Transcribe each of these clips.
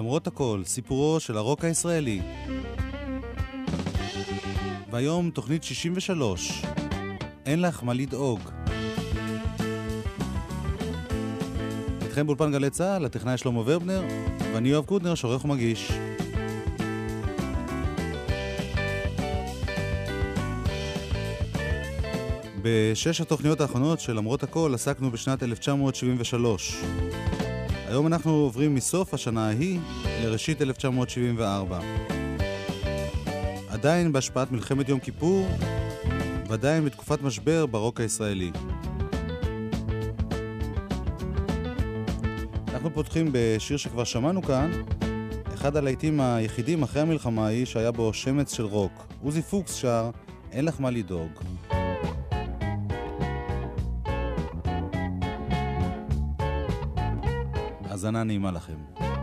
למרות הכל, סיפורו של הרוק הישראלי. והיום תוכנית 63, אין לך מה לדאוג. איתכם באולפן גלי צהל, הטכנאי שלמה ורבנר, ואני יואב קוטנר, שעורך ומגיש. בשש התוכניות האחרונות של למרות הכל עסקנו בשנת 1973. היום אנחנו עוברים מסוף השנה ההיא לראשית 1974. עדיין בהשפעת מלחמת יום כיפור, ועדיין בתקופת משבר ברוק הישראלי. אנחנו פותחים בשיר שכבר שמענו כאן, אחד הלהיטים היחידים אחרי המלחמה ההיא שהיה בו שמץ של רוק. עוזי פוקס שר אין לך מה לדאוג. האזנה נעימה לכם.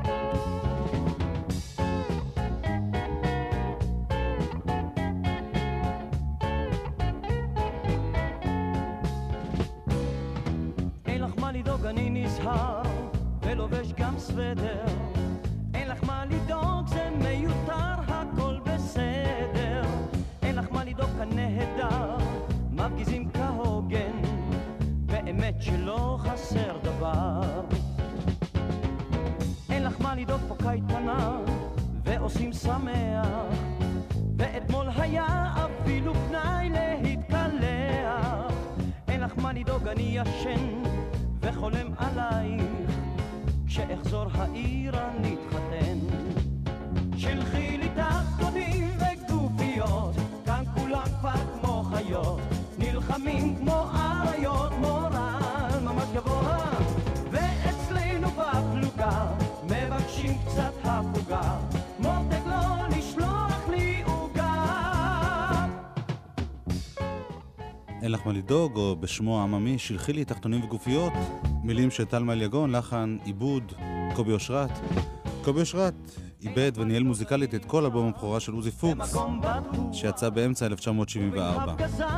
אין לך מה לדאוג, אני נזהר ולובש גם סוודר. אין לך מה לדאוג, זה מיותר, הכל בסדר. אין לך מה לדאוג, כנהדר, מפגיזים כהוגן, באמת שלא חסר דבר. אין לך מה לדאוג, פה קייטנה ועושים שמח, ואתמול היה אפילו פנאי להתקלח. אין לך מה לדאוג, אני ישן וחולם עלייך, כשאחזור העיר אני אתחתן. שלחי לי תחתונים וגופיות, כאן כולם כבר כמו חיות, נלחמים כמו אריות, מורל ממש גבוה, ואצלנו בפלוגה מבקשים קצת הפוגה, מותק לא לשלוח לי עוגה. אין לך מה לדאוג, או בשמו העממי, שלחי לי תחתונים וגופיות, מילים של טל מליגון, לחן, עיבוד, קובי אושרת. קובי אושרת איבד וניהל מוזיקלית את כל אלבום הבכורה של עוזי פוקס, שיצא באמצע 1974.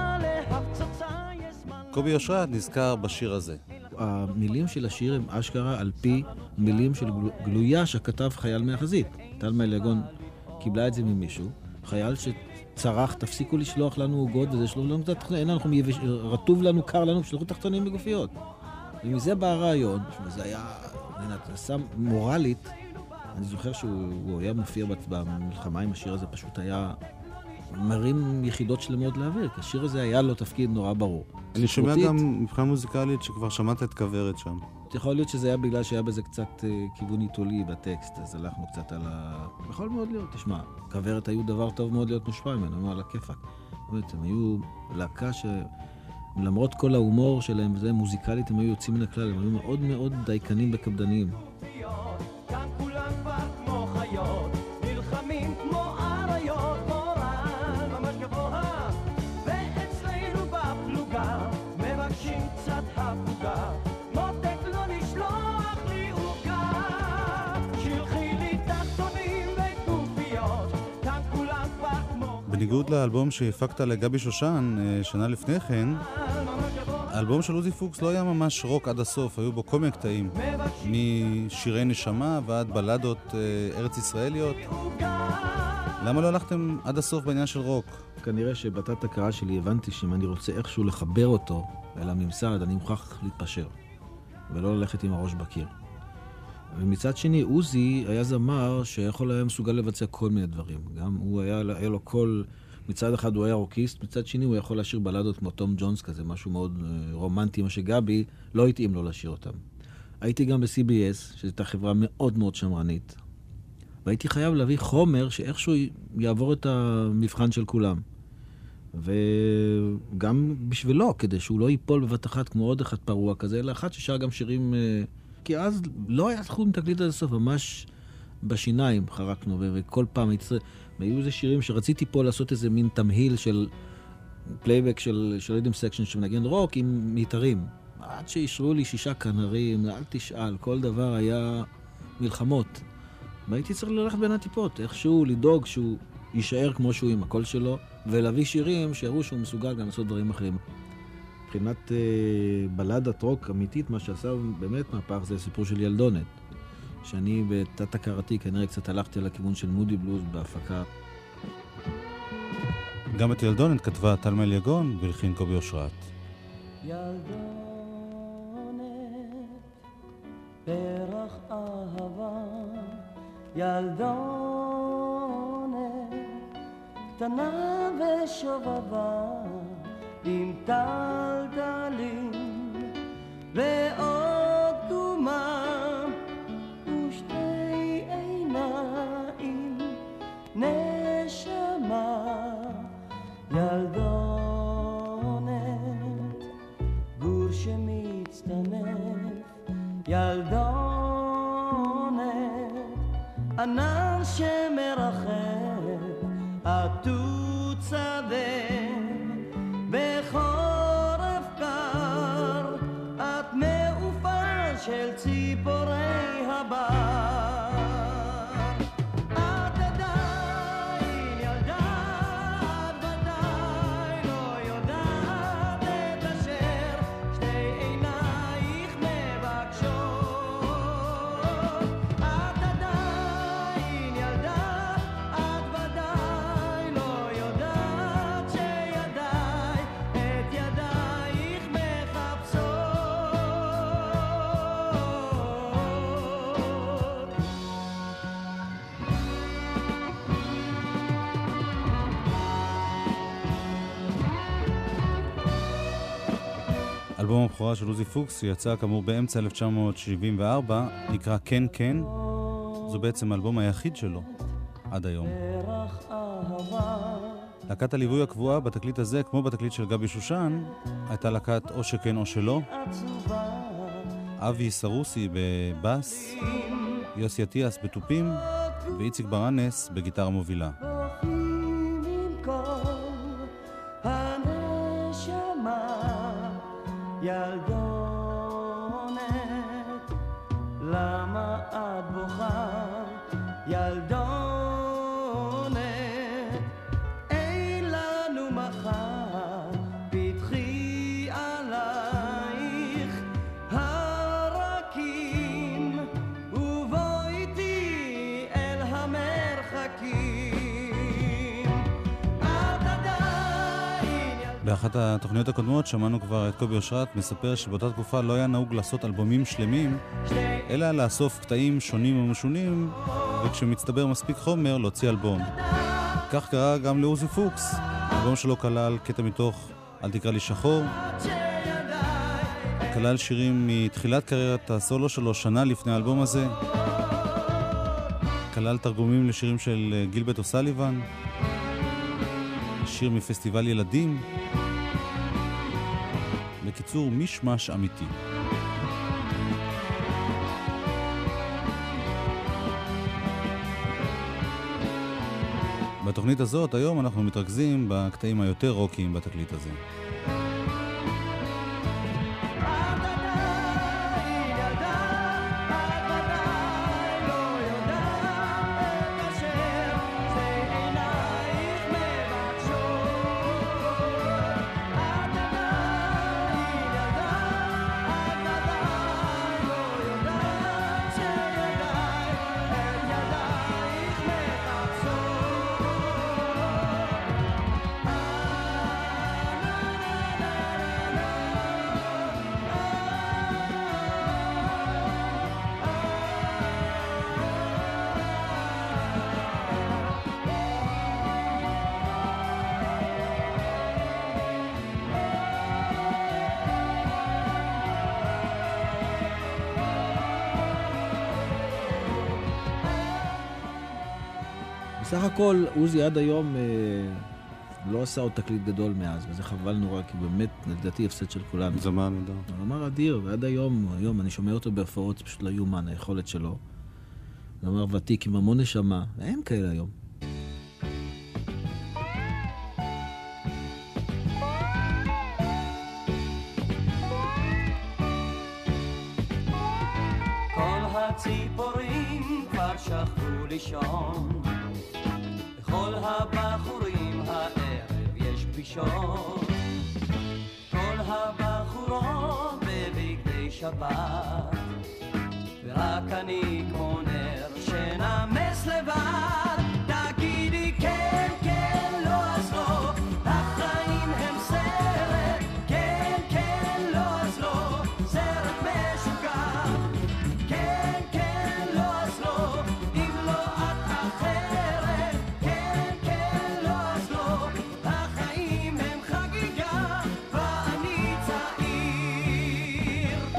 קובי אושרת נזכר בשיר הזה. המילים של השיר הם אשכרה על פי מילים של גלויה שכתב חייל מהחזית. טל מליגון קיבלה את זה ממישהו, חייל שצרח, תפסיקו לשלוח לנו עוגות, וזה שלוח לנו קצת, אין לנו, רטוב לנו, קר לנו, שלחו תחתונים בגופיות. ומזה בא הרעיון, וזה היה, נעשה מורלית, אני זוכר שהוא היה מופיע במלחמה עם השיר הזה, פשוט היה מרים יחידות שלמות לאוויר, כי השיר הזה היה לו תפקיד נורא ברור. אני שומע גם מבחינה מוזיקלית שכבר שמעת את כוורת שם. יכול להיות שזה היה בגלל שהיה בזה קצת כיוון עיתולי בטקסט, אז הלכנו קצת על ה... יכול מאוד להיות, תשמע, כוורת היו דבר טוב מאוד להיות מושפע ממנו, על הכיפק. הם היו להקה למרות כל ההומור שלהם, וזה מוזיקלית, הם היו יוצאים מן הכלל, הם היו מאוד מאוד דייקנים וקפדניים. כאן כולם כבר כמו חיות, נלחמים כמו אריות, מורל ממש גבוה, ואצלנו בפלוגה מבקשים קצת הפוגה, מותק לא לשלוח לי עוגה. שלחי לי תחתונים וגופיות, כאן כולם כבר כמו... בניגוד לאלבום שהפקת לגבי שושן שנה לפני כן, האלבום של עוזי פוקס לא היה ממש רוק עד הסוף, היו בו כל מיני קטעים, משירי נשמה ועד בלדות ארץ ישראליות. למה לא הלכתם עד הסוף בעניין של רוק? כנראה שבתת הכרה שלי הבנתי שאם אני רוצה איכשהו לחבר אותו אל הממסד, אני מוכרח להתפשר ולא ללכת עם הראש בקיר. ומצד שני, עוזי היה זמר שיכול היה מסוגל לבצע כל מיני דברים. גם הוא היה לו כל... מצד אחד הוא היה רוקיסט, מצד שני הוא יכול לשיר בלדות כמו תום ג'ונס כזה, משהו מאוד רומנטי, מה שגבי לא התאים לו לשיר אותם. הייתי גם ב-CBS, שזו הייתה חברה מאוד מאוד שמרנית, והייתי חייב להביא חומר שאיכשהו יעבור את המבחן של כולם. וגם בשבילו, כדי שהוא לא ייפול בבת אחת כמו עוד אחד פרוע כזה, אלא אחד ששר גם שירים, כי אז לא היה זכות מתקליט עד הסוף, ממש בשיניים חרקנו, וכל פעם היו איזה שירים שרציתי פה לעשות איזה מין תמהיל של פלייבק של ריתם סקשן שמנגן רוק עם מיתרים. עד שישרו לי 6 כנרים, אל תשאל, כל דבר היה מלחמות. והייתי צריך ללכת בין הטיפות, איכשהו לדאוג שהוא יישאר כמו שהוא עם הקול שלו, ולהביא שירים שיראו שהוא מסוגל גם לעשות דברים אחרים. מבחינת בלדת רוק אמיתית, מה שעשה באמת מהפך זה הסיפור של ילדונת. שאני בתת הכרתי כנראה קצת הלכתי לכיוון של מודי בלוז בהפקה. גם את ילדונת כתבה תלמל יגון והלחין קובי אושרת. ילדונת, פרח אהבה, ילדונת, קטנה ושובבה, עם טלטלים ועוד דומה ושתי עיניים, נשמה, ילדונת, גור שמצטנף, ילדונת, ענן שמרחב, עטות שדה, בחורף קר, את מעופה של ציפורי הבר. את עדיין ילדה, את ודאי לא יודעת את אשר שתי עינייך מבקשות. את עדיין ילדה, את ודאי לא יודעת שידיי את ידייך מחפשות. אלבום הבכורה של עוזי פוקס יצא כאמור באמצע 1974, נקרא כן כן. זו בעצם האלבום היחיד שלו עד היום. פרח אהבה, להקת הליווי הקבועה בתקליט הזה, כמו בתקליט של גבי שושן, הייתה להקת או שכן או שלא. עצובה, אבי סרוסי בבאס, יוסי אטיאס בטופים ואיציק ברנס בגיטרה מובילה. בוכים עם כל הנשמה, ילדונת, למה את בוכה? ילדונת, אין לנו מחר, פתחי עלייך הרקים, ובואי איתי אל המרחקים. את עדיין באחת התוכניות הקודמות שמענו כבר את קובי אושרת מספר שבאותה תקופה לא היה נהוג לעשות אלבומים שלמים, אלא לאסוף קטעים שונים ומשונים, וכשמצטבר מספיק חומר להוציא אלבום. כך קרה גם לעוזי פוקס. האלבום שלו כלל קטע מתוך אל תקרא לי שחור, כלל שירים מתחילת קריירת הסולו שלו שנה לפני האלבום הזה, כלל תרגומים לשירים של גילברט אוסליבן, שיר מפסטיבל ילדים. בקיצור, משמש אמיתי. בתוכנית הזאת היום אנחנו מתרכזים בקטעים היותר רוקיים בתקליט הזה. בסך הכל, עוזי עד היום לא עשה עוד תקליט גדול מאז, וזה חבל נורא, כי באמת, לדעתי, הפסד של כולנו. זה מה נדע. הוא אמר אדיר, ועד היום אני שומע אותו בהפרעות, זה פשוט לא יומן, היכולת שלו. הוא אמר ותיק עם המון נשמה, אין כאלה היום. כל הציפורים כבר שכבו לישון, לכל הבחורים הערב יש פגישות, כל הבחורות בבגדי שבת, רק אני כמו נר שנמס לבד, תגידי כן, כן, לא אז לא, החיים הם סרט, כן, כן, לא אז לא, סרט משוגע, כן, כן, לא אז לא, אם לא את אחרת, כן, כן, לא אז לא, החיים הם חגיגה ואני צעיר.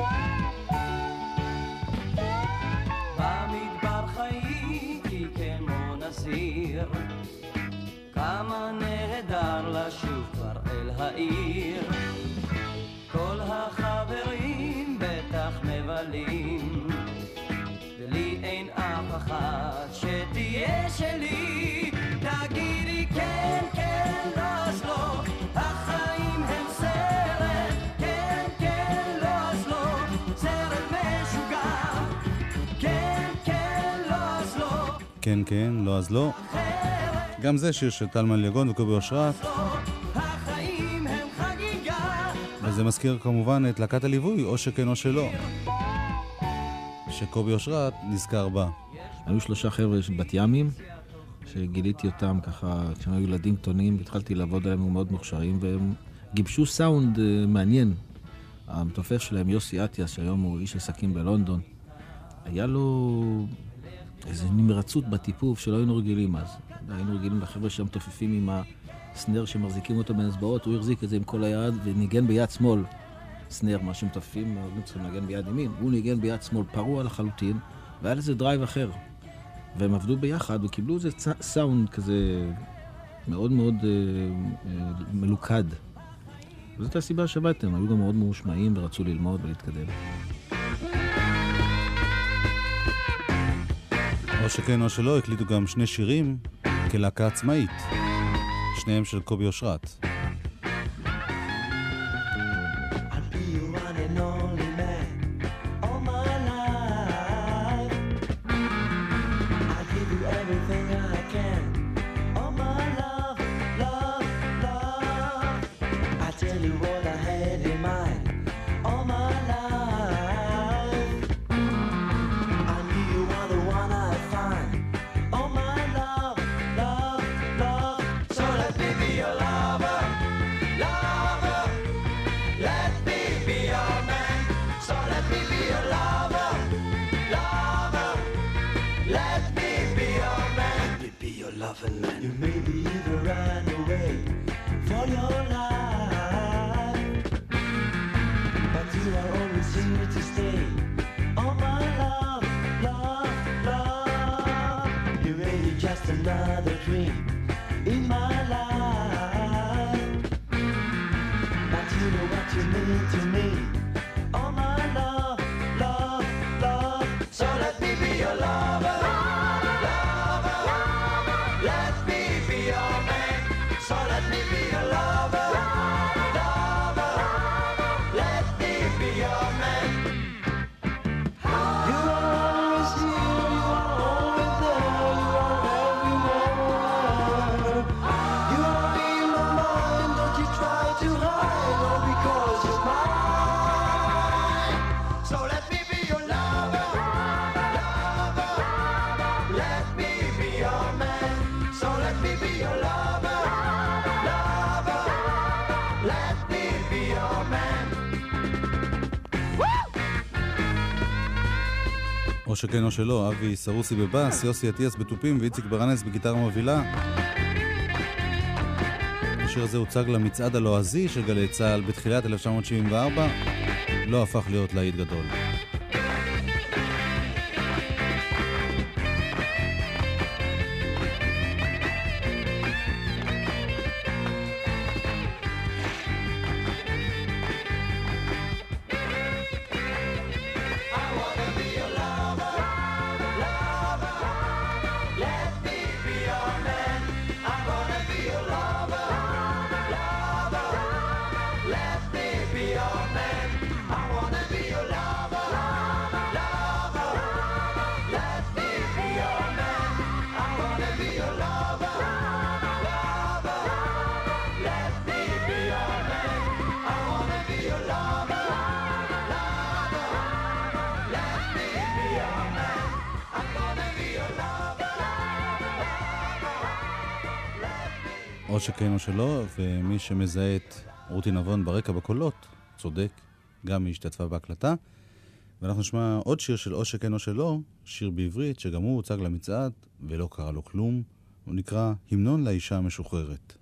במדבר חייתי כמו נזיר, כמה נהדר לשוב כבר אל העיר, כל החברים בטח מבלים, ולי אין אף אחת שתהיה שלי, תגידי כן, כן, לא אז לא, החיים הם סרט, כן, כן, לא אז לא, סרט משוגע, כן, כן, לא אז לא, כן, כן, לא אז לא. גם זה שיר של טלמן ליגון וקובי אושרת, החיים הם חגיגה. וזה מזכיר כמובן את להקת הליווי, או שכן או שלא, שקובי אושרת נזכר בה. היו 3 חבר'ה בת ימים, שגיליתי אותם ככה, כשהם היו ילדים קטנים, התחלתי לעבוד עליהם, הם מאוד מוכשרים, והם גיבשו סאונד מעניין. המתופף שלהם, יוסי אטיאס, שהיום הוא איש עסקים בלונדון, היה לו איזו נמרצות בטיפוף שלא היינו רגילים אז. היינו רגילים לחבר'ה שמתופפים עם הסנר שמחזיקים אותו באצבעות, הוא החזיק את זה עם כל היד וניגן ביד שמאל. סנר, מה שמתופפים, אנחנו צריכים לנגן ביד ימין, הוא ניגן ביד שמאל, פרוע לחלוטין, והיה לזה דרייב אחר. והם עבדו ביחד וקיבלו איזה סאונד כזה מאוד מאוד מלוכד. וזאת הסיבה שבאתם, היו גם מאוד מושמעים ורצו ללמוד ולהתקדם. או שכן או שלא, הקליטו גם 2 שירים כלהקה עצמאית, שניהם של קובי אושרת. You may be either run away for your life, but you are always here to stay. Oh my love, love, love, you may be just another dream in my life, but you know what you mean to me. Oh my love, love, love, so let me be your lover. או שכן או שלא, אבי סרוסי בבאס, יוסי אטיאס בטופים ואיציק ברנס בגיטרה מובילה. השיר הזה הוצג למצעד הלועזי של גלי צה"ל בתחילת 1974, לא הפך להיות להיט גדול. Let me be your man. I wanna be your lover. או שכן או שלא, ומי שמזהה את רותי נבון ברקע בקולות, צודק, גם היא השתתפה בהקלטה. ואנחנו נשמע עוד שיר של או שכן או שלא, שיר בעברית, שגם הוא הוצג למצעד, ולא קרה לו כלום. הוא נקרא המנון לאישה המשוחררת.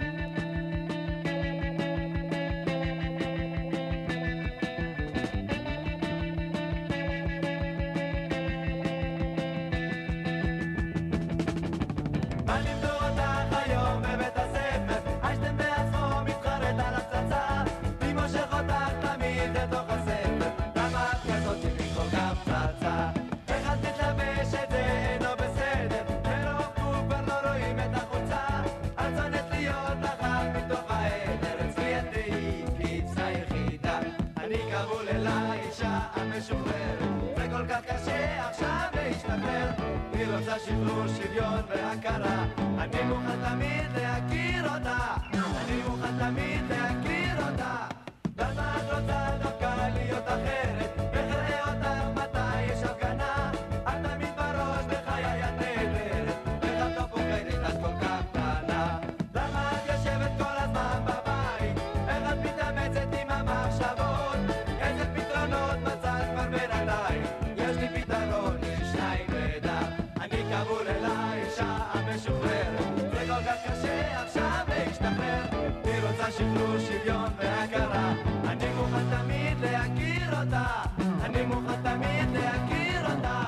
שחרור, שוויון והכרה, אני מוכן תמיד להכיר אותה, אני מוכן תמיד להכיר אותה. למה את רוצה דווקא להיות אחרת, וחראה אותך מתי יש הפגנה, את תמיד בראש בחיי הנהדרת, איך את לא פוחדת, את כל כך קטנה. למה את יושבת כל הזמן בבית, איך את מתאמצת עם המחשבות, איזה פתרונות מצאת כבר בינתיים, יש לי פתרון, שניים ודע. אני כבול אל האישה המשוחררת, זה כל כך קשה עכשיו להשתחרר, היא רוצה שחרור, שוויון והכרה, אני מוכן תמיד להכיר אותה, אני מוכן תמיד להכיר אותה.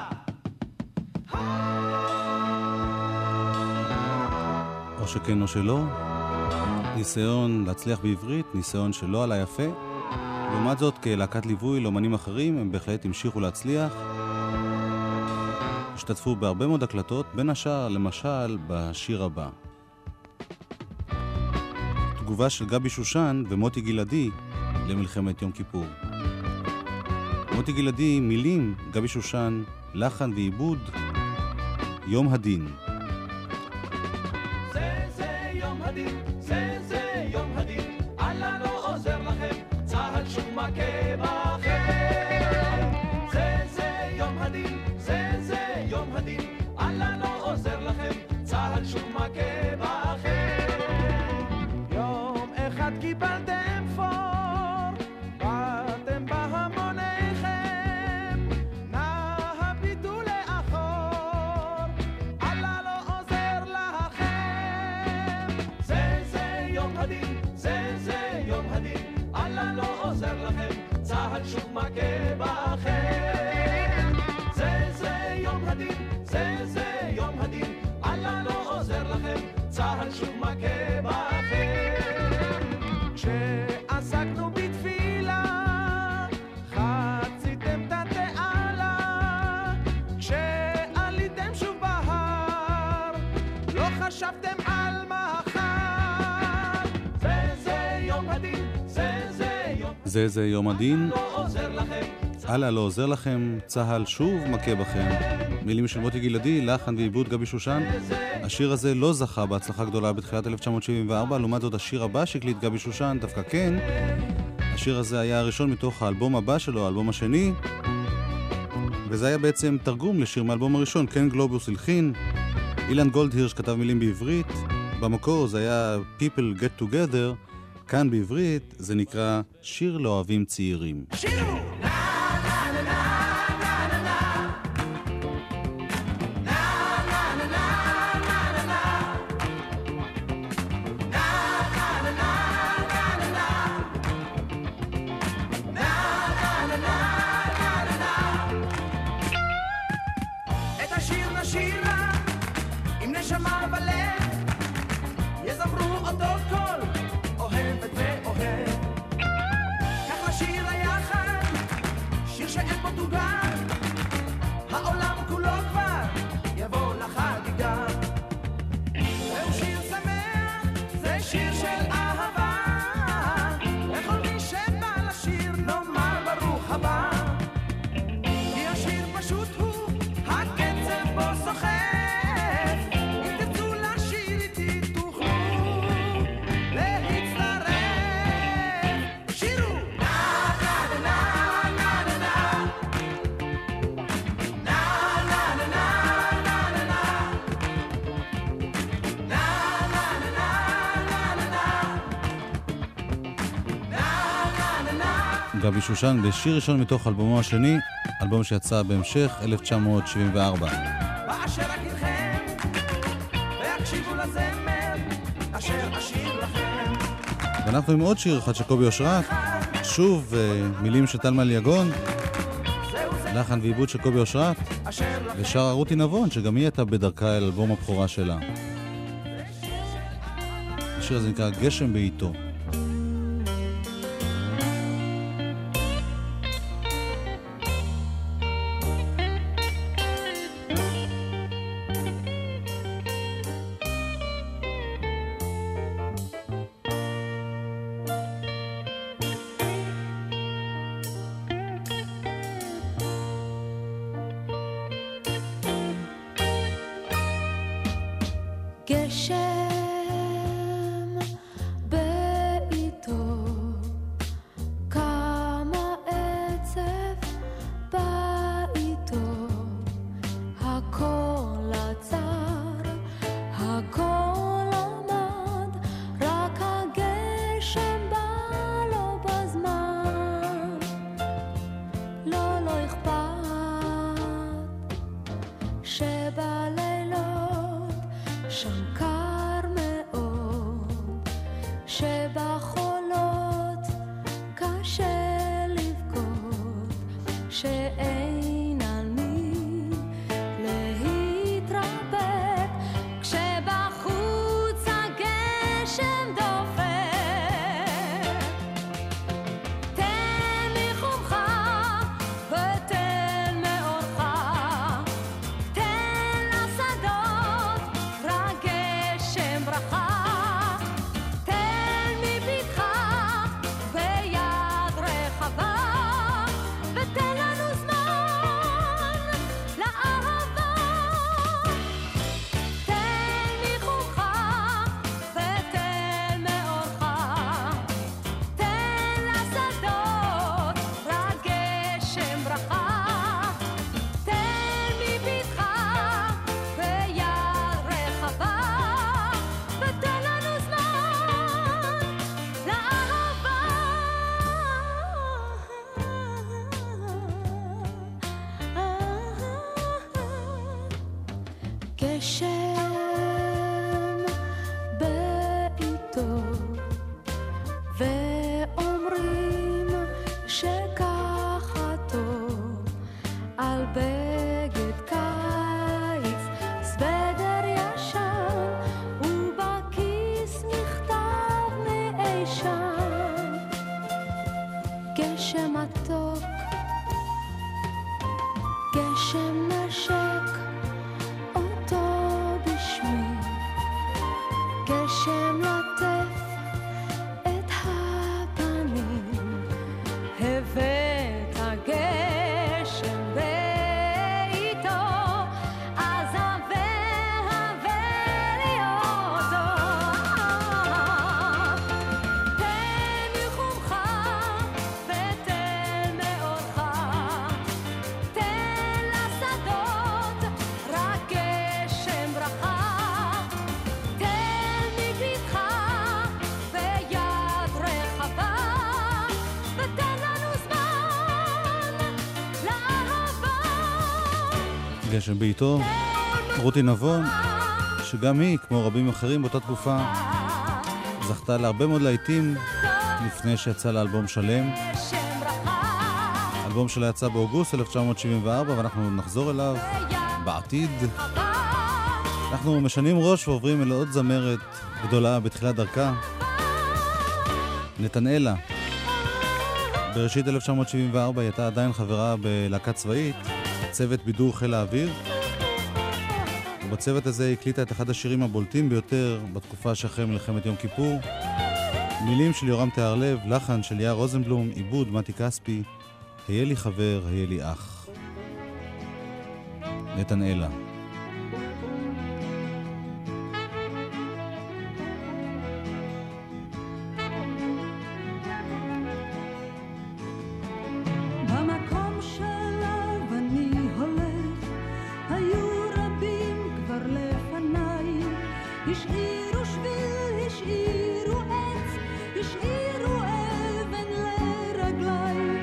או שכן או שלא, ניסיון להצליח בעברית, ניסיון שלא עלה יפה. לעומת זאת, כלהקת ליווי לאמנים אחרים, הם בהחלט המשיכו להצליח. השתתפו בהרבה מאוד הקלטות, בין השאר למשל בשיר הבא. תגובה של גבי שושן ומוטי גלעדי למלחמת יום כיפור. מוטי גלעדי מילים, גבי שושן לחן ועיבוד, יום הדין. זה יום הדין, זה יום הדין, אללה לא עוזר לכם, צהל שוב מכה בכם. זה יום הדין, זה יום הדין, אללה לא עוזר לכם, צהל שוב מכה בכם. יום אחד קיבלתם פור, באתם בהמוניכם, נא הביטו לאחור, אללה לא עוזר לכם. זה יום הדין, זה יום הדין, אללה לא עוזר לכם, צהל שוב מכה בכם. זה יום הדין, זה יום הדין, אללה לא עוזר לכם, צהל שוב מכה בכם. כשעסקנו בתפילה, חציתם את התעלה, כשעליתם שוב בהר, לא חשבתם על מחר. זה יום הדין, זה יום זה יום הדין, לא עוזר לכם, אללה לא עוזר לכם, צהל שוב מכה בכם. מילים של מוטי גלעדי, לחן ועיבוד גבי שושן. השיר הזה לא זכה בהצלחה גדולה בתחילת 1974, לעומת זאת השיר הבא שהקליט גבי שושן דווקא כן. השיר הזה היה הראשון מתוך האלבום הבא שלו, האלבום השני, וזה היה בעצם תרגום לשיר מהאלבום הראשון, כן גלובוס הלחין. אילן גולדהירש כתב מילים בעברית, במקור זה היה People Get Together, כאן בעברית זה נקרא שיר לאוהבים צעירים. שירו! את השיר נשירה עם נשמה בלב, יזמרו אותו כל אוהבת ואוהב. כך לשיר היחד, שיר שאין בו תוגה, העולם כולו כבר יבוא לחגיגה. זהו שיר שמח, זה שיר של אהבה, לכל מי שבא לשיר נאמר ברוך הבא. כי השיר פשוט הוא הקצב בו סוחף, אם תרצו לשיר איתי תוכלו להצטרף. שירו! נה נה נה נה נה נה נה נה נה נה נה נה נה נה נה נה גבי שושן בשיר ראשון מתוך אלבומו השני, אלבום שיצא בהמשך, 1974. באשר אגידכם, ויקשיבו לזמר, אשר אשיר לכם. ואנחנו עם עוד שיר אחד של קובי אושרת, שוב מילים של תלמה ליגון, לחן ועיבוד של קובי אושרת, ושרה רותי נבון, שגם היא הייתה בדרכה אל אלבום הבכורה שלה. השיר הזה נקרא גשם בעיתו. גשם בעיתו, רותי נבון, שגם היא, כמו רבים אחרים באותה תקופה, זכתה להרבה מאוד להיטים לפני שיצא לאלבום שלם. האלבום שלה יצא באוגוסט 1974, ואנחנו נחזור אליו בעתיד. אנחנו משנים ראש ועוברים אל עוד זמרת גדולה בתחילת דרכה, נתנאלה. בראשית 1974 היא הייתה עדיין חברה בלהקה צבאית, צוות בידור חיל האוויר, ובצוות הזה הקליטה את אחד השירים הבולטים ביותר בתקופה שאחרי מלחמת יום כיפור. מילים של יורם תיארלב, לחן של יאיר רוזנבלום, עיבוד מתי כספי, היה לי חבר, היה לי אח. נתנאלה. השאירו עץ, השאירו אבן לרגליי.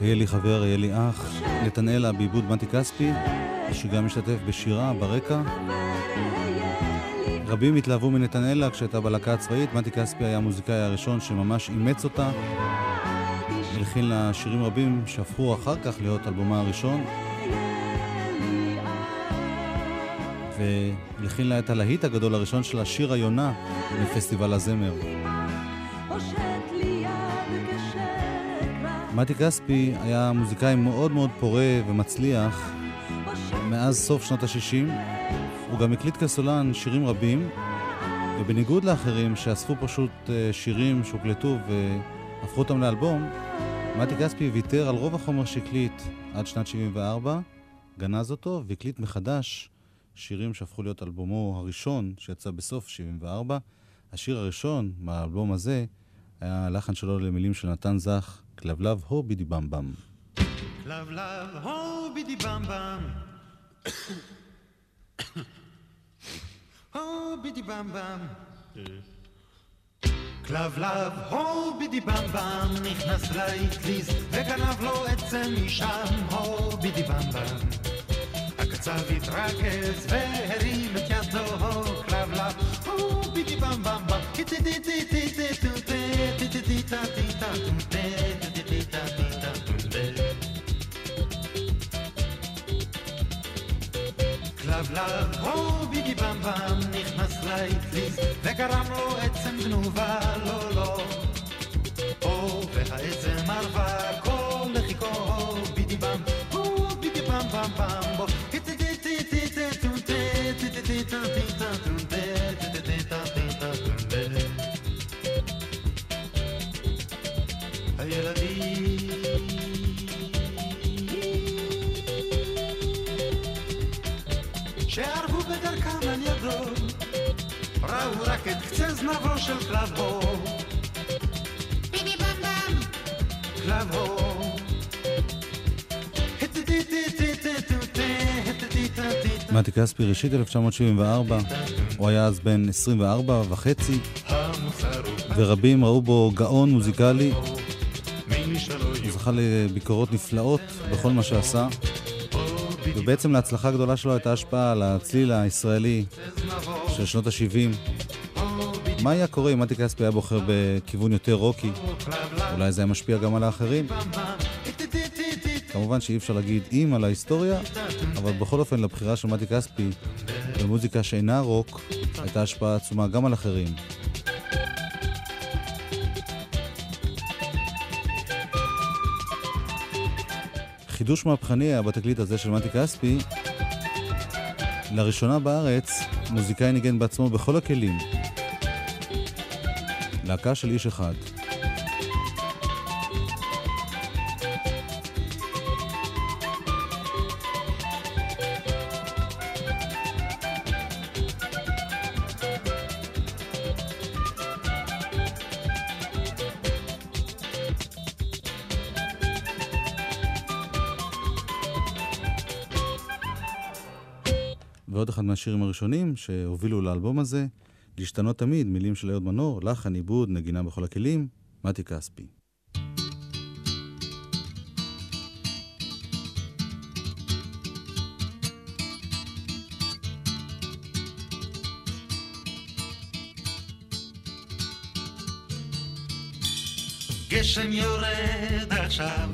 היה לי חבר, היה לי אח, נתנאלה בעיבוד מתי כספי, שגם משתתף בשירה ברקע. רבים התלהבו מנתנאלה כשהייתה בלהקה הצבאית. מתי כספי היה המוזיקאי הראשון שממש אימץ אותה. הלחין לה שירים רבים שהפכו אחר כך להיות אלבומה הראשון. והלחין לה את הלהיט הגדול הראשון של השיר היונה בפסטיבל הזמר. מתי כספי היה מוזיקאי מאוד מאוד פורה ומצליח מאז סוף שנות ה-60. הוא גם הקליט כסולן שירים רבים, ובניגוד לאחרים שאספו פשוט שירים שהוקלטו והפכו אותם לאלבום, מתי כספי ויתר על רוב החומר שהקליט עד שנת 74, גנז אותו והקליט מחדש שירים שהפכו להיות אלבומו הראשון שיצא בסוף 74. השיר הראשון מהאלבום הזה היה לחן שלו למילים של נתן זך, כלבלב הו בידי במבם. כלבלב הו בידי במבם, הו בידי במבם, כלבלב הו בידי במבם, נכנס לאטליז וגנב לו עצם משם. הו בידי במבם, הקצב התרכז והרים את ידו. כלבלב הו בידי במבם, כלבלב הו בידי במבם, נכנס לאטליז וגרם לו עצם גנובה. לא לא, הו והעצם ערבה כל לחיקו. הו בידי במ, הו בידי במ במ במ בו. הילדים שערבו בדרכם על ידו ראו רק את קצה זנבו של כלבו. ביבי במבם כלבו. מתי כספי ראשית 1974, הוא היה אז בן 24 וחצי, ורבים ראו בו גאון מוזיקלי. הוא זכה לביקורות נפלאות בכל מה שעשה, ובעצם להצלחה הגדולה שלו הייתה השפעה על הצליל הישראלי של שנות ה-70. מה היה קורה אם מתי כספי היה בוחר בכיוון יותר רוקי? אולי זה היה משפיע גם על האחרים? כמובן שאי אפשר להגיד אם על ההיסטוריה, אבל בכל אופן לבחירה של מתי כספי במוזיקה שאינה רוק הייתה השפעה עצומה גם על אחרים. חידוש מהפכני היה בתקליט הזה של מתי כספי. לראשונה בארץ מוזיקאי ניגן בעצמו בכל הכלים. להקה של איש אחד. ועוד אחד מהשירים הראשונים שהובילו לאלבום הזה, להשתנות תמיד, מילים של אהוד מנור, לחן, עיבוד, נגינה בכל הכלים, מתי כספי. גשם יורד עכשיו,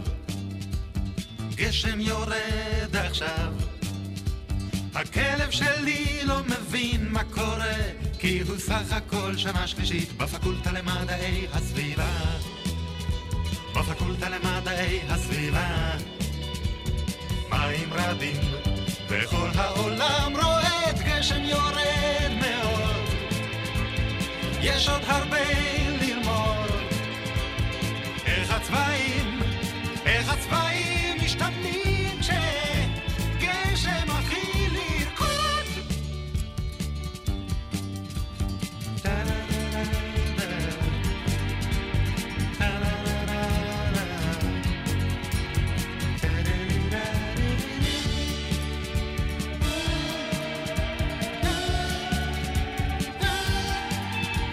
גשם יורד עכשיו, הכלב שלי לא מבין מה קורה, כי הוא סך הכל שנה שלישית בפקולטה למדעי הסביבה, בפקולטה למדעי הסביבה. מים רבים וכל העולם רואה את גשם יורד מאוד, יש עוד הרבה ללמוד איך הצבעים משתנים כשגשם מתחיל לרקוד.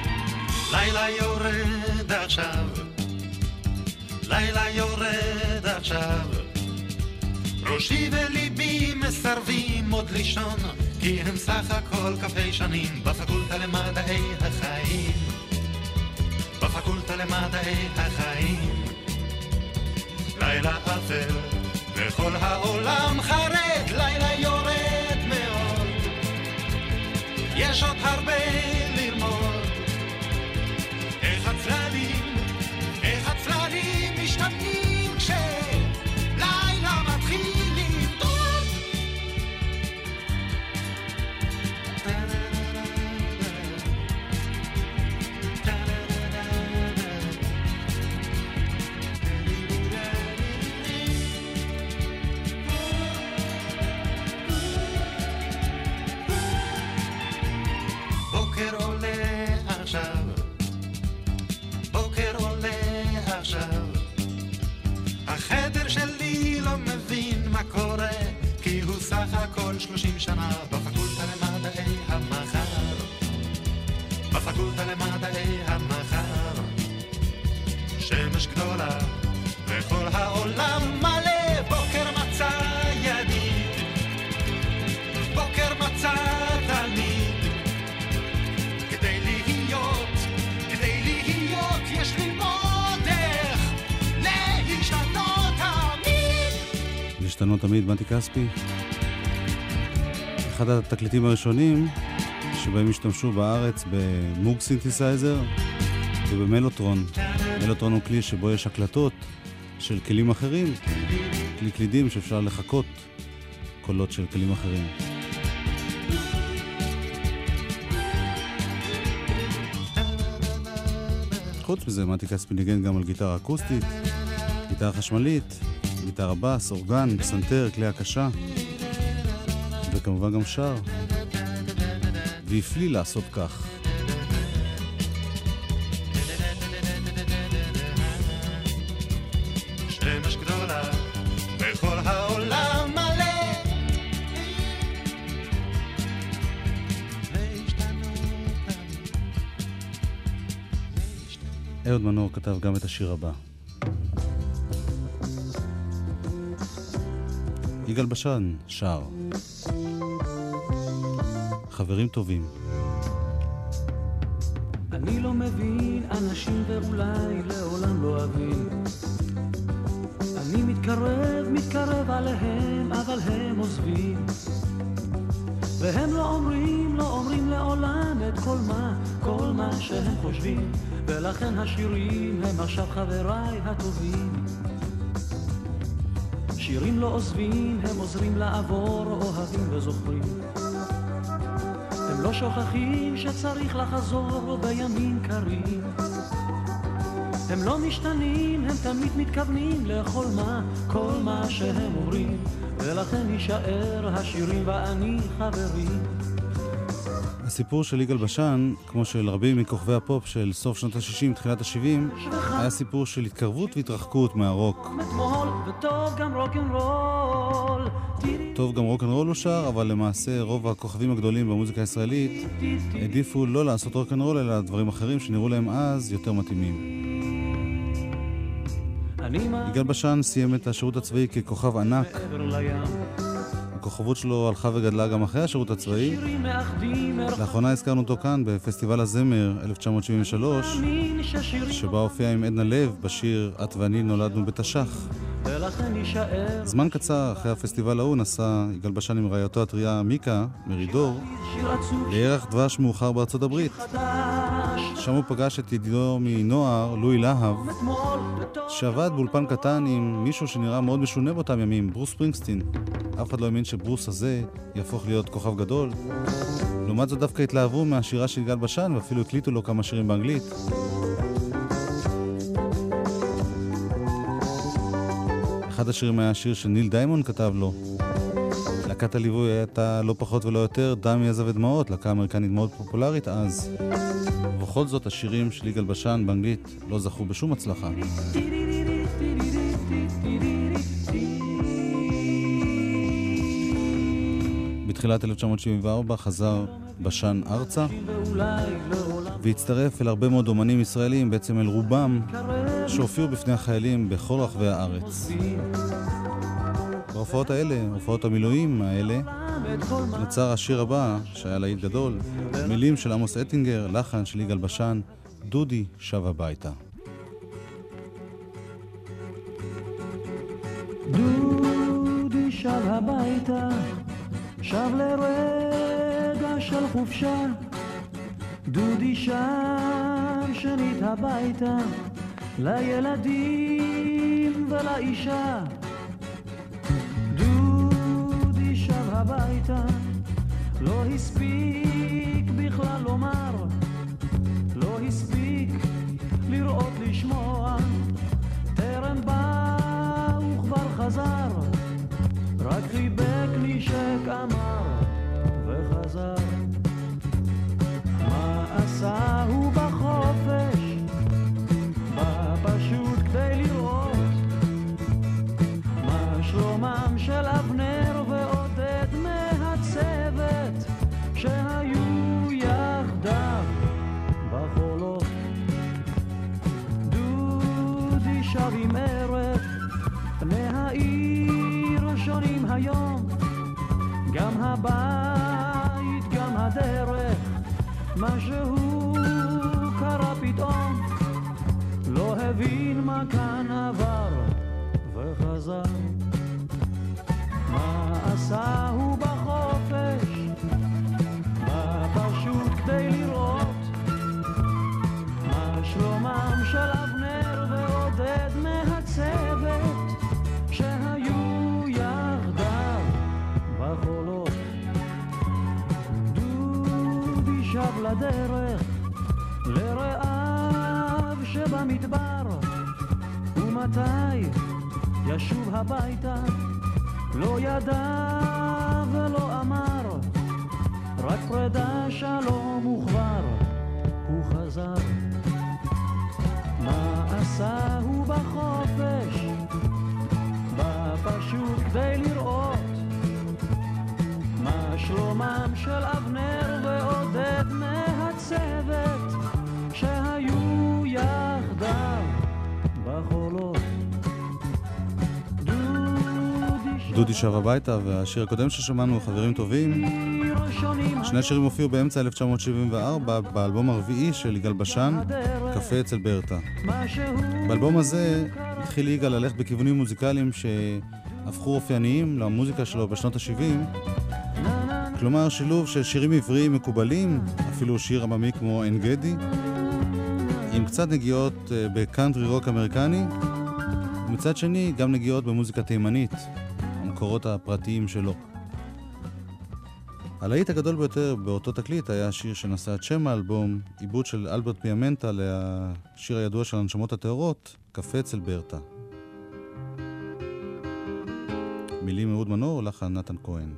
לילה יורד עכשיו, לילה יורד עכשיו. ראשי וליבי מסרבים עוד לישון, כי הם סך הכל כ"ה שנים בפקולטה למדעי החיים. בפקולטה למדעי החיים. לילה אפל וכל העולם חרד, לילה יורד מאוד, יש עוד הרבה ללמוד. איך הצללים משתנים כשלילה מתחיל למדוד. בוקר עולה עכשיו, בוקר עולה עכשיו, החדר שלי לא מבין מה קורה, כי הוא סך הכל 30 שנה בפקולטה למדעי המחר. בפקולטה למדעי המחר. שמש גדולה וכל העולם מלא, בוקר מצא ידיד, בוקר מצא תלמיד. כדי להיות יש ללמוד איך להשתנות תמיד. להשתנות תמיד, מתי כספי. אחד התקליטים הראשונים שבהם השתמשו בארץ במוג סינתסייזר ובמלוטרון. מלוטרון הוא כלי שבו יש הקלטות של כלים אחרים, כלי קלידים שאפשר לחכות קולות של כלים אחרים. חוץ מזה, מתי כספי ניגן גם על גיטרה אקוסטית, גיטרה חשמלית, גיטרה בס, אורגן, פסנתר, כלי הקשה, וכמובן גם שר. והפליא לעשות כך. שמש גדולה בכל העולם מלא, אהוד מנור כתב גם את השיר הבא. יגאל בשן שר חברים טובים. אני לא מבין אנשים ואולי לעולם לא אבין. אני מתקרב עליהם, אבל הם עוזבים. והם לא אומרים לעולם את כל מה שהם חושבים. ולכן השירים הם עכשיו חבריי הטובים. שירים לא עוזבים, הם עוזרים לעבור, אוהבים וזוכרים. הם לא שוכחים שצריך לחזור בימים קרים. הם לא משתנים, הם תמיד מתכוונים כל מה שהם אומרים. ולכן יישאר השירים ואני חברים. הסיפור של יגאל בשן, כמו של רבים מכוכבי הפופ של סוף שנות ה-60, תחילת ה-70, היה סיפור של התקרבות והתרחקות מהרוק. וטוב גם רוק'נ'רול. טוב גם רוק'נ'רול הוא שר, אבל למעשה רוב הכוכבים הגדולים במוזיקה הישראלית העדיפו לא לעשות רוק'נ'רול, אלא דברים אחרים שנראו להם אז יותר מתאימים. יגאל בשן סיים את השירות הצבאי ככוכב ענק. הכוכבות שלו הלכה וגדלה גם אחרי השירות הצבאי. לאחרונה הזכרנו אותו כאן בפסטיבל הזמר 1973, שבה הופיע עם עדנה לב בשיר את ואני נולדנו בתש"ח. זמן קצר אחרי הפסטיבל ההוא נסע יגאל בשן עם רעייתו הטריה מיקה מרידור לירח דבש מאוחר בארצות הברית. שם הוא פגש את ידידו מנוער, לואי להב, שעבד באולפן קטן עם מישהו שנראה מאוד משונה באותם ימים, ברוס ספרינגסטין. אף אחד לא האמין שברוס הזה יהפוך להיות כוכב גדול. לעומת זאת דווקא התלהבו מהשירה של יגאל בשן, ואפילו הקליטו לו כמה שירים באנגלית. אחד השירים היה שיר שניל דיימון כתב לו. להקת הליווי הייתה לא פחות ולא יותר דם, יזע ודמעות, להקה אמריקנית מאוד פופולרית אז. ובכל זאת השירים של יגאל בשן באנגלית לא זכו בשום הצלחה. בתחילת 1974 חזר בשן ארצה, והצטרף אל הרבה מאוד אומנים ישראלים, בעצם אל רובם, שהופיעו בפני החיילים בכל רחבי הארץ. בהופעות האלה, הופעות המילואים האלה, נוצר השיר הבא, שהיה להיט גדול, מילים של עמוס אטינגר, לחן של יגאל בשן, דודי שב הביתה. דודי שב הביתה, שב לרגע של חופשה, דודי שב שנית הביתה, לילדים ולאישה. דודי שב הביתה, לא הספיק בכלל לומר, לא הספיק לראות לשמוע, טרם בא וכבר חזר, רק חיבק נשק אמר וחזר. מה עשה הוא בחופש? בא פשוט כדי לראות מה שלומם של אבנר ועודד מהצוות שהיו יחדיו בחולות. דודי שב עם ערב, פני העיר שונים היום, גם הבית, גם הדרך, משהו קרה פתאום, לא הבין מה כאן עבר וחזר. מה עשה הוא בחופש? מה פשוט כדי לראות מה שלומם של אבנר ועודד מהצוות שהיו יחדיו בחולות. דודי שב לדרך, לרעב שבמדבר, ומתי ישוב הביתה לא ידע ולא אמר, רק פרידה שלום וכבר הוא חזר. מה עשה הוא בחופש? בא פשוט כדי לראות מה שלומם של אבנר ועודד מהצוות שהיו יחדיו בחולות. דודי שב הביתה, והשיר הקודם ששמענו, חברים טובים, שני השירים הופיעו באמצע 1974 באלבום הרביעי של יגאל בשן, קפה אצל ברטה. באלבום הזה התחיל יגאל ללכת בכיוונים מוזיקליים שהפכו אופייניים למוזיקה שלו בשנות ה-70, כלומר שילוב של שירים עבריים מקובלים, אפילו שיר עממי כמו אין גדי, עם קצת נגיעות בקאנטרי רוק אמריקני, ומצד שני גם נגיעות במוזיקה תימנית, המקורות הפרטיים שלו. הלהיט הגדול ביותר באותו תקליט היה השיר שנשא את שם האלבום, עיבוד של אלברט פיאמנטה לשיר הידוע של הנשמות הטהורות, קפה אצל ברטה. מילים אהוד מנור, לחן נתן כהן.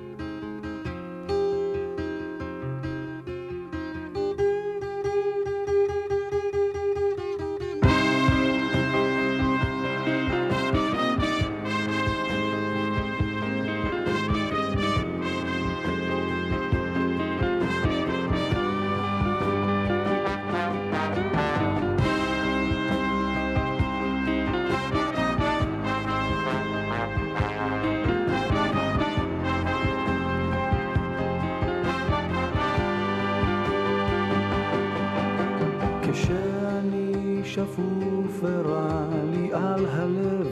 כשאני שפוף ורע לי על הלב,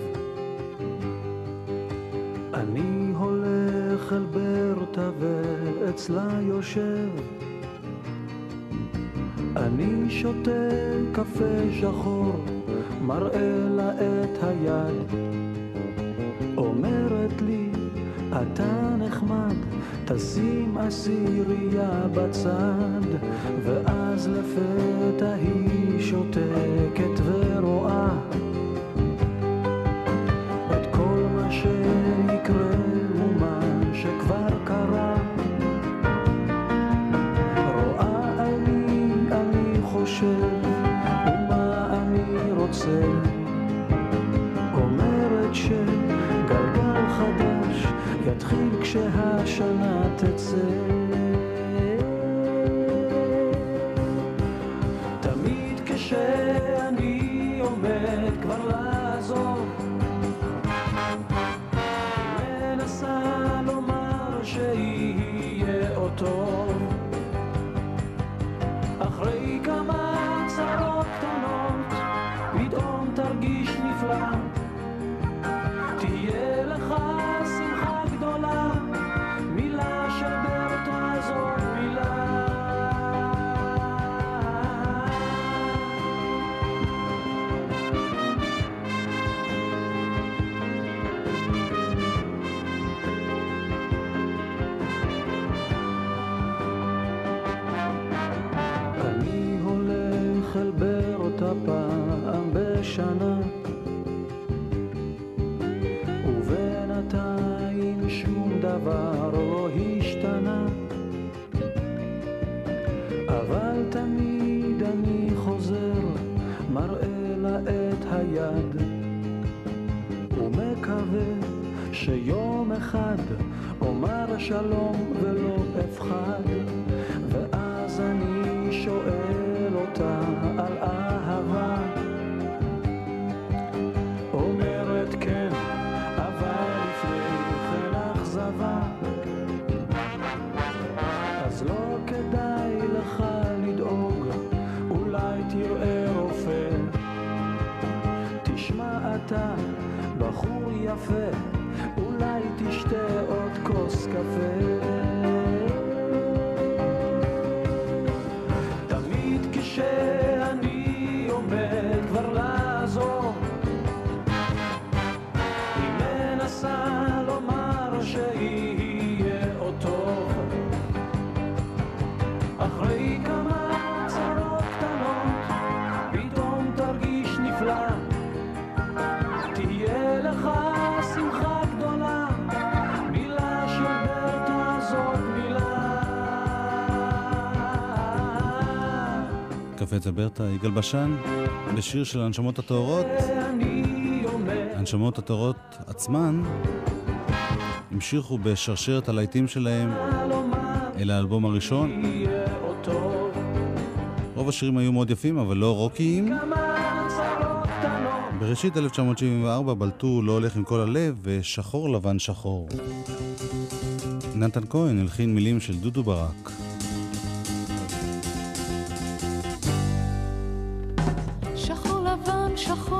אני הולך אל ברטה ואצלה יושב, אני שותה קפה שחור, מראה לה את היד, אומרת לי אתה נחמד, תשים עשירייה בצד, ואז לפתע היא שותקת ורואה את כל מה שיקרה ומה שכבר קרה. רואה אני חושב ומה אני רוצה, אומרת שגלגל חדש יתחיל כשהשנה תצא. שיהיה אותו. אחרי כמה צרות קטנות פתאום תרגיש נפלא, תהיה לך שמחה גדולה, מילה של ברטה זאת מילה. אני הולך אל ברטה פעם בשנה, ובינתיים שום דבר לא השתנה, אבל תמיד אני חוזר, מראה לה את היד, ומקווה שיום אחד אומר שלום ולא אפחד, ואז אני שואל אותה על אהבה, אומרת כן, אבל לפני כן אכזבה, אז לא כדאי לך לדאוג, אולי תראה רופא, תשמע אתה בחור יפה, אולי תשתה עוד כוס קפה. תמיד כשאני עומד כבר לעזור, היא מנסה לומר שיהיה אותו. אחרי כמה צרות קטנות פתאום תרגיש נפלא, תהיה לך שמחה גדולה, מילה של ברטה זאת מילה. קפה אצל ברטה, יגאל בשן, בשיר של הנשמות הטהורות. הנשמות הטהורות עצמן המשיכו בשרשרת הלהיטים שלהם אל האלבום הראשון. רוב השירים היו מאוד יפים, אבל לא רוקיים. בראשית 1974 בלטו לא הולך עם כל הלב ושחור לבן שחור. נתן כהן הלחין מילים של דודו ברק. שחור לבן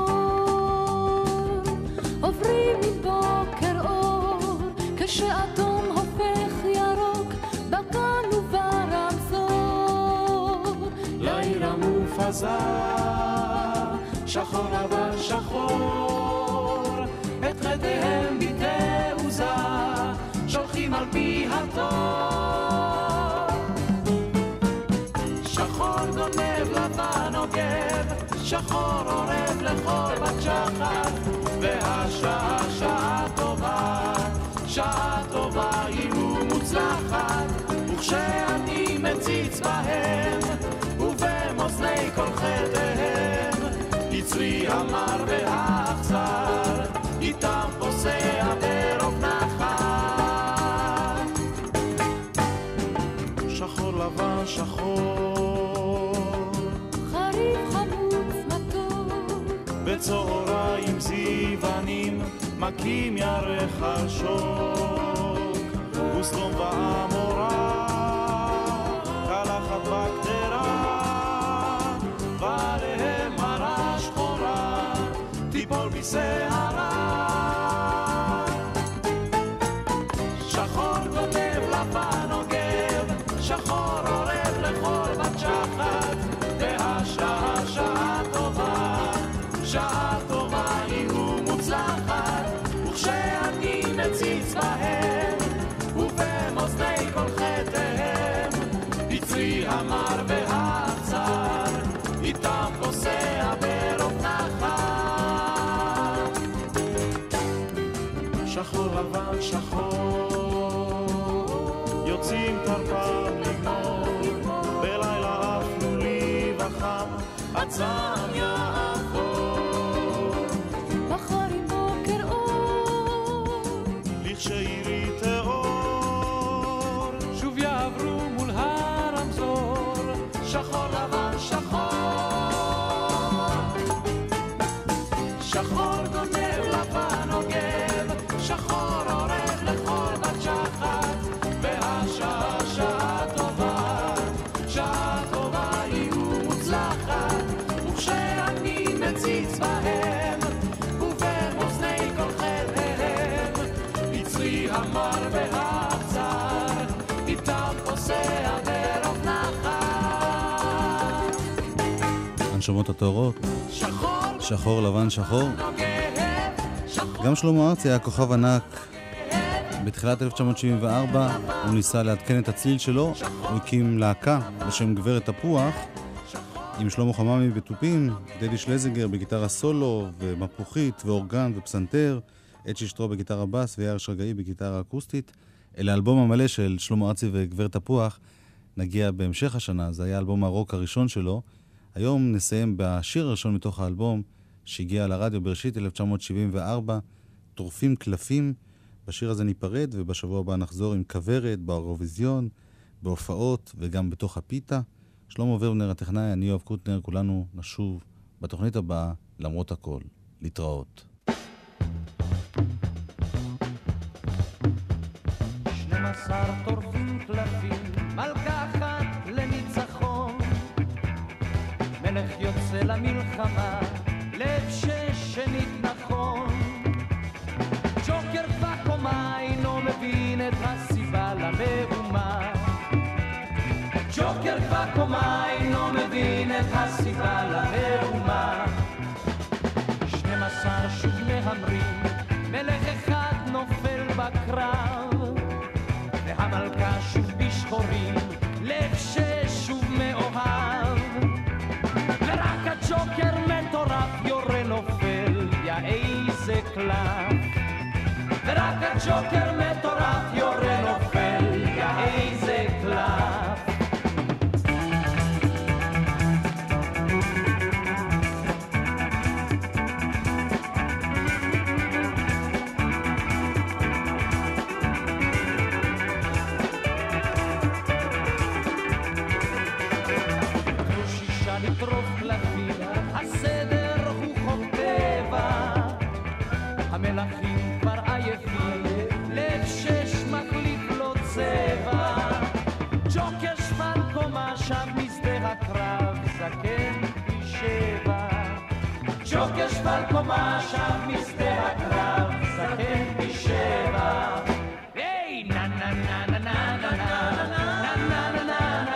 שחור עוברים מבוקר אור, כשאדום הופך ירוק בגן וברמזור. לעיר המופזה שחור לבן שחור, את חדיהם בתעוזה שולחים על פי התור. שחור גונב לבן עוגב, שחור עורב לכל בת שחר, והשעה שעה טובה, שעה טובה היא ומוצלחת, וכשאני מציץ בהם ובמאזני כל חדיהם, יצרי המר והאכזר איתם פוסע ברוב נחת. שחור לבן שחור חריף חמוץ מתוק, בצהריים זיוונים מכים ירך השוק, וסדום ועמורה קלחת בקטרה, ועליהם מרה שחורה תיפול בשערה. שחור גונב לבן עוגב, שחור עורב לכל בת שחת, והשעה שעה טובה, שעה טובה היא ומוצלחת, וכשאני מציץ בהם ובמאזני כל חדיהם, יצרי המר והאכזר איתם פוסע ברוב נחת. שחור לבן שחור יוצאים תרפם לגמור, בלילה אפלולי וחם עצם יעבור. מחר עם בוקר אור, לכשירי תאור שוב יעברו מול הרמזור. שחור לבן שחור, שחור גונב לבן עוגב, שחור עורב לכל בת שחת, והשעה הנשמות הטהורות. שחור לבן שחור. גם שלמה ארצי היה כוכב ענק. בתחילת 1974 הוא ניסה לעדכן את הצליל שלו. הוא הקים להקה בשם גברת תפוח עם שלמה חממי בתופים, דדי שלזינגר בגיטרה סולו ומפוחית ואורגן ופסנתר, אצ'י שטרו בגיטרה בס ויאיר שרגאי בגיטרה אקוסטית. אל האלבום המלא של שלמה ארצי וגברת תפוח נגיע בהמשך השנה. זה היה אלבום הרוק הראשון שלו. היום נסיים בשיר הראשון מתוך האלבום שהגיע לרדיו בראשית 1974, טורפים קלפים. בשיר הזה ניפרד ובשבוע הבא נחזור עם כברת באירוויזיון, בהופעות וגם בתוך הפיתה. שלמה ורבנר הטכנאי, אני יואב קוטנר, כולנו נשוב בתוכנית הבאה למרות הכל. להתראות. 12 טורפים קלפים, מלכה אחת לניצחון, מלך יוצא למלחמה, לב שש שנית נכון. ג'וקר בקומה אינו מבין את הסיבה למהומה, ג'וקר בקומה אינו מבין את הסיבה למהומה. 12 שוב מהמרים, מלך אחד נופל בקרב, והמלכה שוב בשחורים, לב ששוב מאוהב, ורק הג'וקר מטורף יורה נופל, יא איזה קלף, ורק הג'וקר מטורף יורה נופל, יא איזה קלף. לטרוף קלפים, הסדר הוא חוק טבע, המלכים כבר עייפים, לב שש מחליף לו צבע. ג'וקר שפן קומה שב משדה הקרב, זקן פי 7. ג'וקר שפן קומה שב משדה הקרב, זקן פי 7. היי נה נה נה נה נה נה נה נה נה נה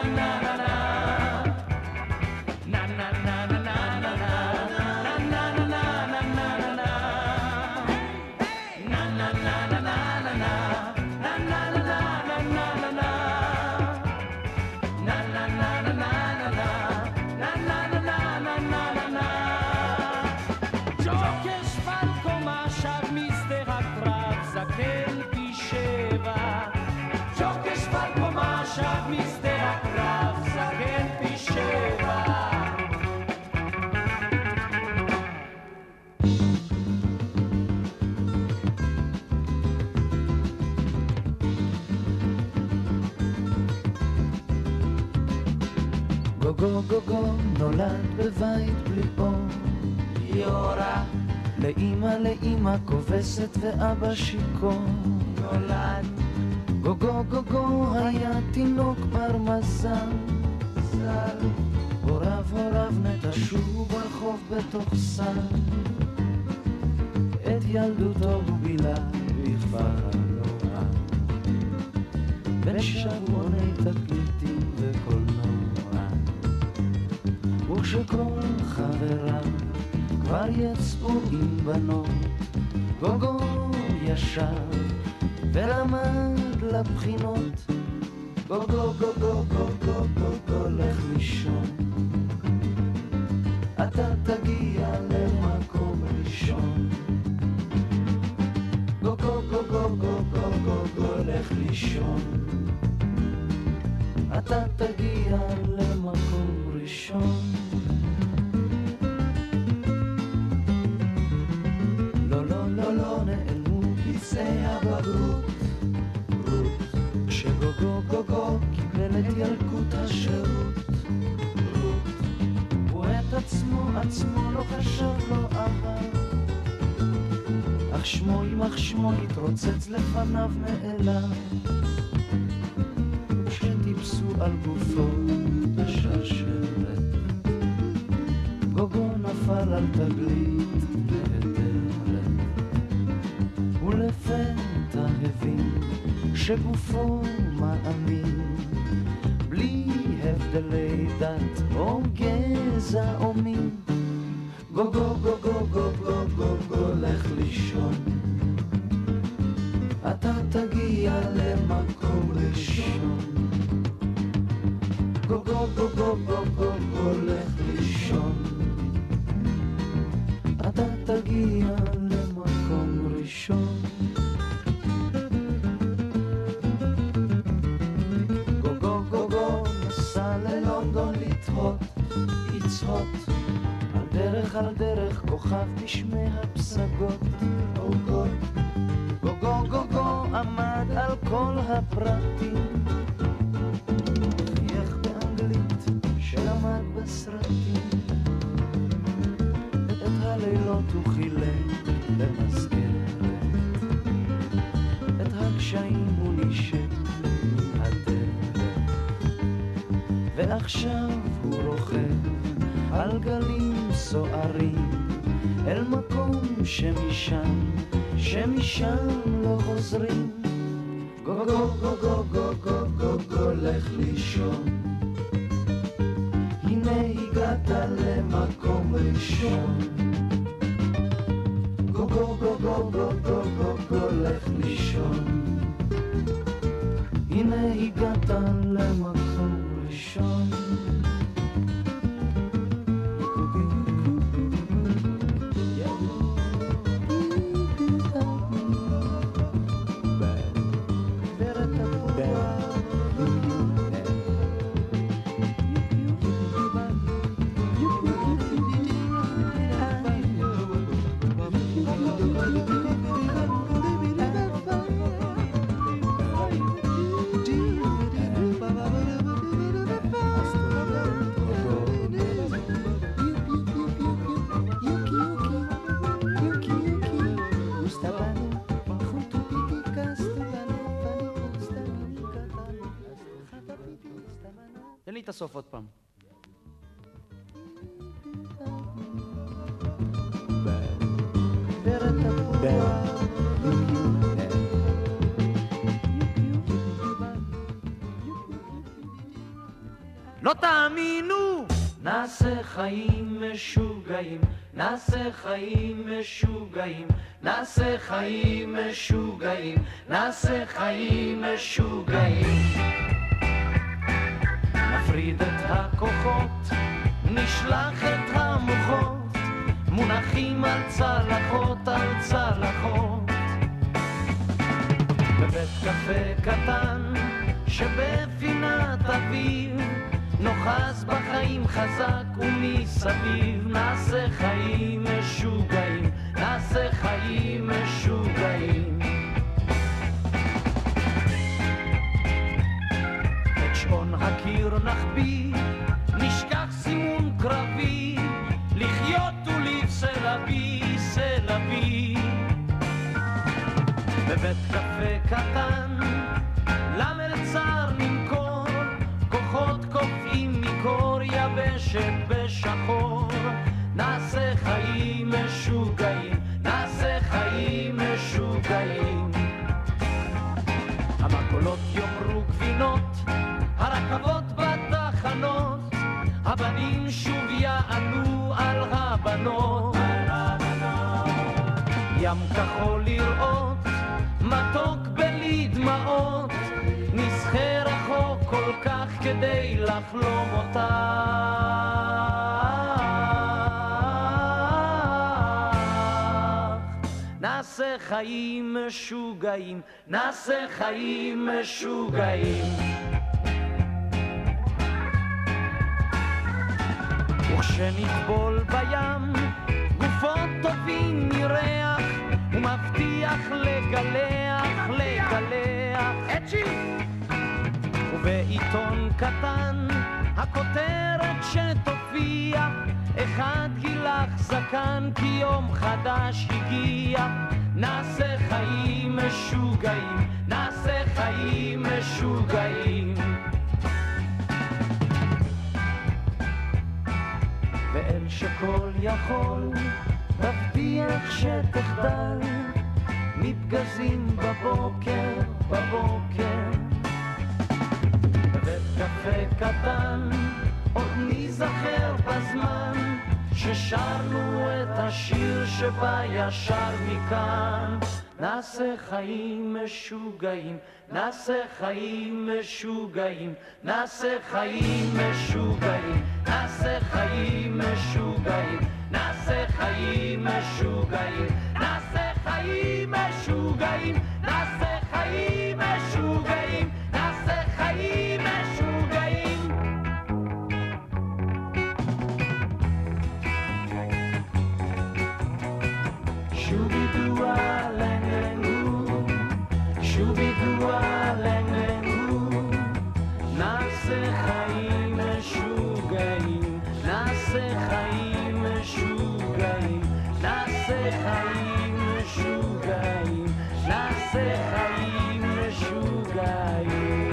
גו גו גו נולד בבית בלי אור, יורה לאמא כובסת ואבא שיקור. נולד גו גו גו גו היה תינוק בר מזל, הוריו נטשו ברחוב בתוך סל, את ילדותו הוא בילה בכפר הנורא, בין שבועוני תקליטים וקולנוע. וכשכל חבריו כבר יצאו עם בנות, גוגו ישב ולמד לבחינות. גוגו גוגו גוגו גוגו לך לישון, אתה תגיע למקום ראשון. גוגו גוגו גוגו גוגו לך לישון, אתה תגיע למקום ראשון. לא נעלמו כיסאי הבגרות, כשגוגו גוגו קיבל את ילקוט השירות. הוא את עצמו לא חשב, לא אהב, אך שמו התרוצץ לפניו מאליו. כשטיפסו על גופו בשרשרת, גוגו נפל על תגלית נהדרת, ולפתע הבין שגופו מאמין בלי הבדל. הבדלי דת או גזע או מין. גו גו גו גו גו גו גו גו לך לישון, אתה תגיע למקום ראשון. גו גו גו גו גו גו גו לך לישון, אתה תגיע למקום ראשון. גו גו גו גו נסע ללונדון לתהות, יצהות על דרך כוכב בשמי הפסגות. גו גו גו גו גו גו עמד על כל הפרטים, חייך באנגלית שלמד בסרטים, את הלילות הוא חילל במסגרת, את הקשיים הוא נשב מהדרך, ועכשיו הוא רוכב על גלים סוערים אל מקום שמשם לא חוזרים. גו גו גו גו גו גו גו גו לך לישון, הנה הגעת למקום ראשון. גו גו גו גו גו גו גו גו לך לישון, הנה הגעת למקום ראשון. תן לי את הסוף עוד פעם. לא תאמינו, נעשה חיים משוגעים, נעשה חיים משוגעים, נעשה חיים משוגעים, נעשה חיים משוגעים. נפריד את הכוחות, נשלח את המוחות, מונחים על צלחות, על צלחות. בבית קפה קטן שבפינת אביב, נוחז בחיים חזק ומסביב. נעשה חיים משוגעים, נעשה חיים משוגעים. את שעון הקיר נחביא, נשכח סימון קרבי, לחיות ולסלבי, סלבי. בבית קפה קטן למלצר נמכור, כוחות קופאים מקור יבשת בשחור. נעשה חיים משוגעים, נעשה חיים משוגעים. המקולות יאמרו גבינות, הרכבות בתחנות, הבנים שוב יעלו על הבנות. ים כחול לראות, מתוק בלי דמעות, נשחה רחוק כל כך כדי לחלום אותך. נעשה חיים משוגעים, נעשה חיים משוגעים. וכשנטבול בים גופות טובים מריח, ומבטיח לגלח, לגלח. אצ'י! ובעיתון קטן הכותרת שתופיע, אחד גילח זקן כי יום חדש הגיע. נעשה חיים משוגעים, נעשה חיים משוגעים. ואל שכל יכול תבטיח שתחדל מפגזים בבוקר, בבוקר. בבית קפה קטן ששרנו את השיר שבא ישר מכאן. נעשה חיים משוגעים, נעשה חיים משוגעים, נעשה חיים משוגעים, נעשה חיים משוגעים, נעשה חיים משוגעים, נעשה חיים משוגעים, נעשה חיים משוגעים, נעשה חיים משוגעים. שובידואה לנגנו, שובידואה לנגנו, נעשה חיים משוגעים, נעשה חיים משוגעים, נעשה חיים משוגעים, נעשה חיים משוגעים.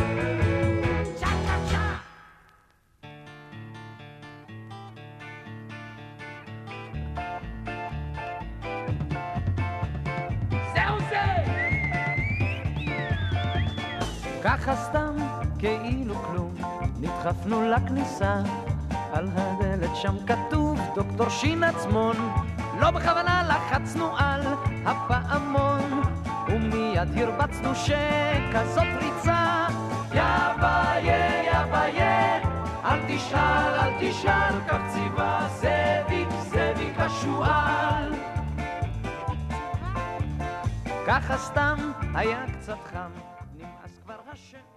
ככה סתם, כאילו כלום, נדחפנו לכניסה, על הדלת שם כתוב דוקטור שין עצמון, לא בכוונה לחצנו על הפעמון, ומיד הרבצנו שכזאת ריצה, יא ביה, יא ביה, אל תשאל, אל תשאל, קפציבה, זאביק, זאביק השועל. ככה סתם היה קצת חם, נמאס כבר השם